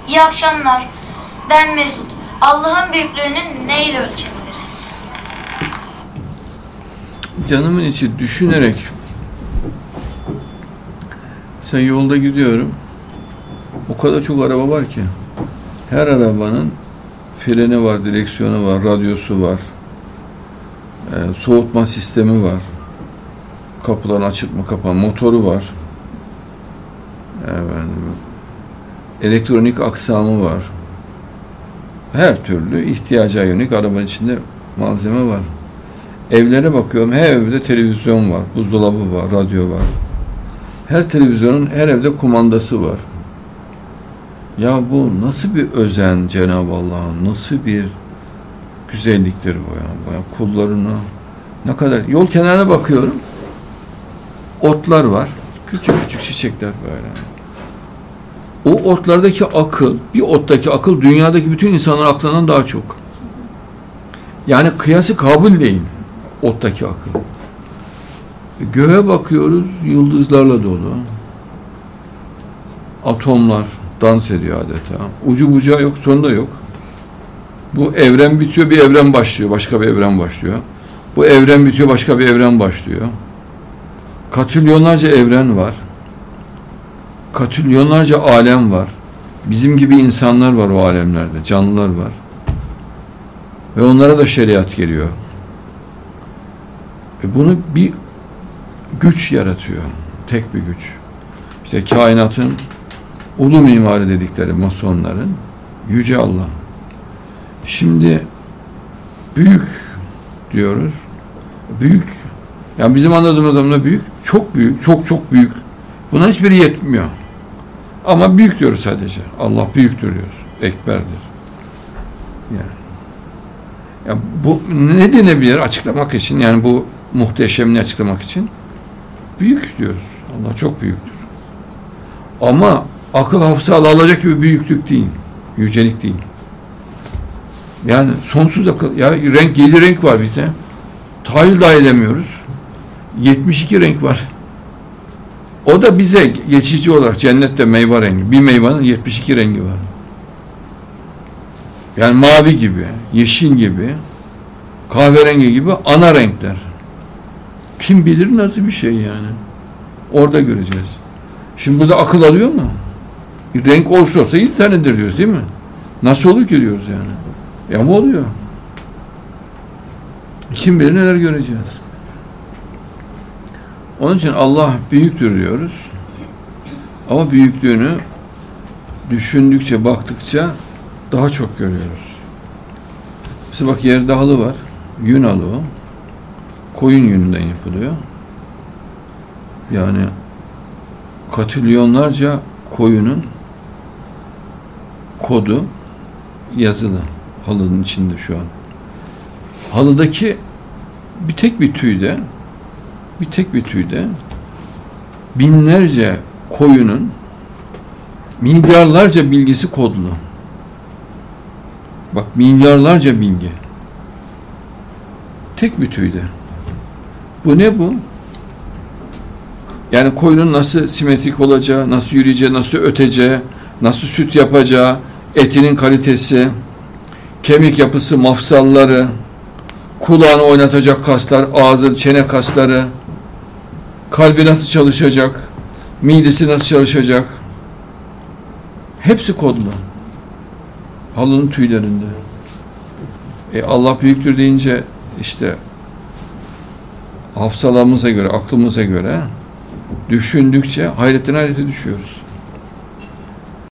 İyi akşamlar. Ben Mesut. Allah'ın büyüklüğünü neyle ölçebiliriz? Canımın içi düşünerek, sen yolda gidiyorum, o kadar çok araba var ki, her arabanın freni var, direksiyonu var, radyosu var, soğutma sistemi var, kapıların açık mı kapan, motoru var, elektronik aksamı var, her türlü ihtiyaca yönelik arabanın içinde malzeme var. Evlere bakıyorum, her evde televizyon var, buzdolabı var, radyo var. Her televizyonun her evde kumandası var. Ya bu nasıl bir özen Cenab-ı Allah'ın, nasıl bir güzelliktir bu ya. Kullarına ne kadar, yol kenarına bakıyorum, otlar var, küçük küçük çiçekler böyle. O otlardaki akıl, bir ottaki akıl dünyadaki bütün insanların aklından daha çok. Yani kıyası kabul değil ottaki akıl. Göğe bakıyoruz, yıldızlarla dolu. Atomlar dans ediyor adeta. Ucu bucağı yok, sonu da yok. Bu evren bitiyor, bir evren başlıyor, başka bir evren başlıyor. Bu evren bitiyor, başka bir evren başlıyor. Katrilyonlarca evren var. Katrilyonlarca alem var. Bizim gibi insanlar var o alemlerde, canlılar var. Ve onlara da şeriat geliyor. Bunu bir güç yaratıyor. Tek bir güç. İşte kainatın ulu mimarı dedikleri masonların Yüce Allah. Şimdi büyük diyoruz. Büyük. Yani bizim anladığımız adamda büyük. Çok büyük. Çok çok büyük. Buna hiçbiri yetmiyor. Ama büyük diyoruz sadece. Allah büyüktür diyoruz. Ekberdir. Yani. Ya bu ne denebilir açıklamak için? Yani bu muhteşemliği açıklamak için büyük diyoruz. Allah çok büyüktür. Ama akıl hafıza alacak gibi büyüklük değil. Yücelik değil. Yani sonsuz akıl. Ya renk, 7 renk var bir de. Tahayyül dahi edemiyoruz. 72 renk var. O da bize geçici olarak cennette meyve rengi. Bir meyvanın 72 rengi var. Yani mavi gibi, yeşil gibi, kahverengi gibi ana renkler. Kim bilir nasıl bir şey yani. Orada göreceğiz. Şimdi burada akıl alıyor mu? Renk olsa 7 tanedir diyoruz değil mi? Nasıl olur ki diyoruz yani. Ya mı oluyor? Kim bilir neler göreceğiz. Onun için Allah büyüktür diyoruz. Ama büyüklüğünü düşündükçe, baktıkça daha çok görüyoruz. Mesela bak yerde halı var. Yün halı o. Koyun yününden yapılıyor. Yani katrilyonlarca koyunun kodu yazılı halının içinde şu an. Halıdaki bir tek bir tüyde binlerce koyunun milyarlarca bilgisi kodlu. Bak milyarlarca bilgi. Tek bir tüyde. Bu ne bu? Yani koyunun nasıl simetrik olacağı, nasıl yürüyeceği, nasıl öteceği, nasıl süt yapacağı, etinin kalitesi, kemik yapısı, mafsalları, kulağını oynatacak kaslar, ağzı, çene kasları, kalbi nasıl çalışacak, midesi nasıl çalışacak, hepsi kodlu. Halının tüylerinde. Allah büyüktür deyince işte hafızalarımıza göre, aklımıza göre düşündükçe hayretten hayrete düşüyoruz.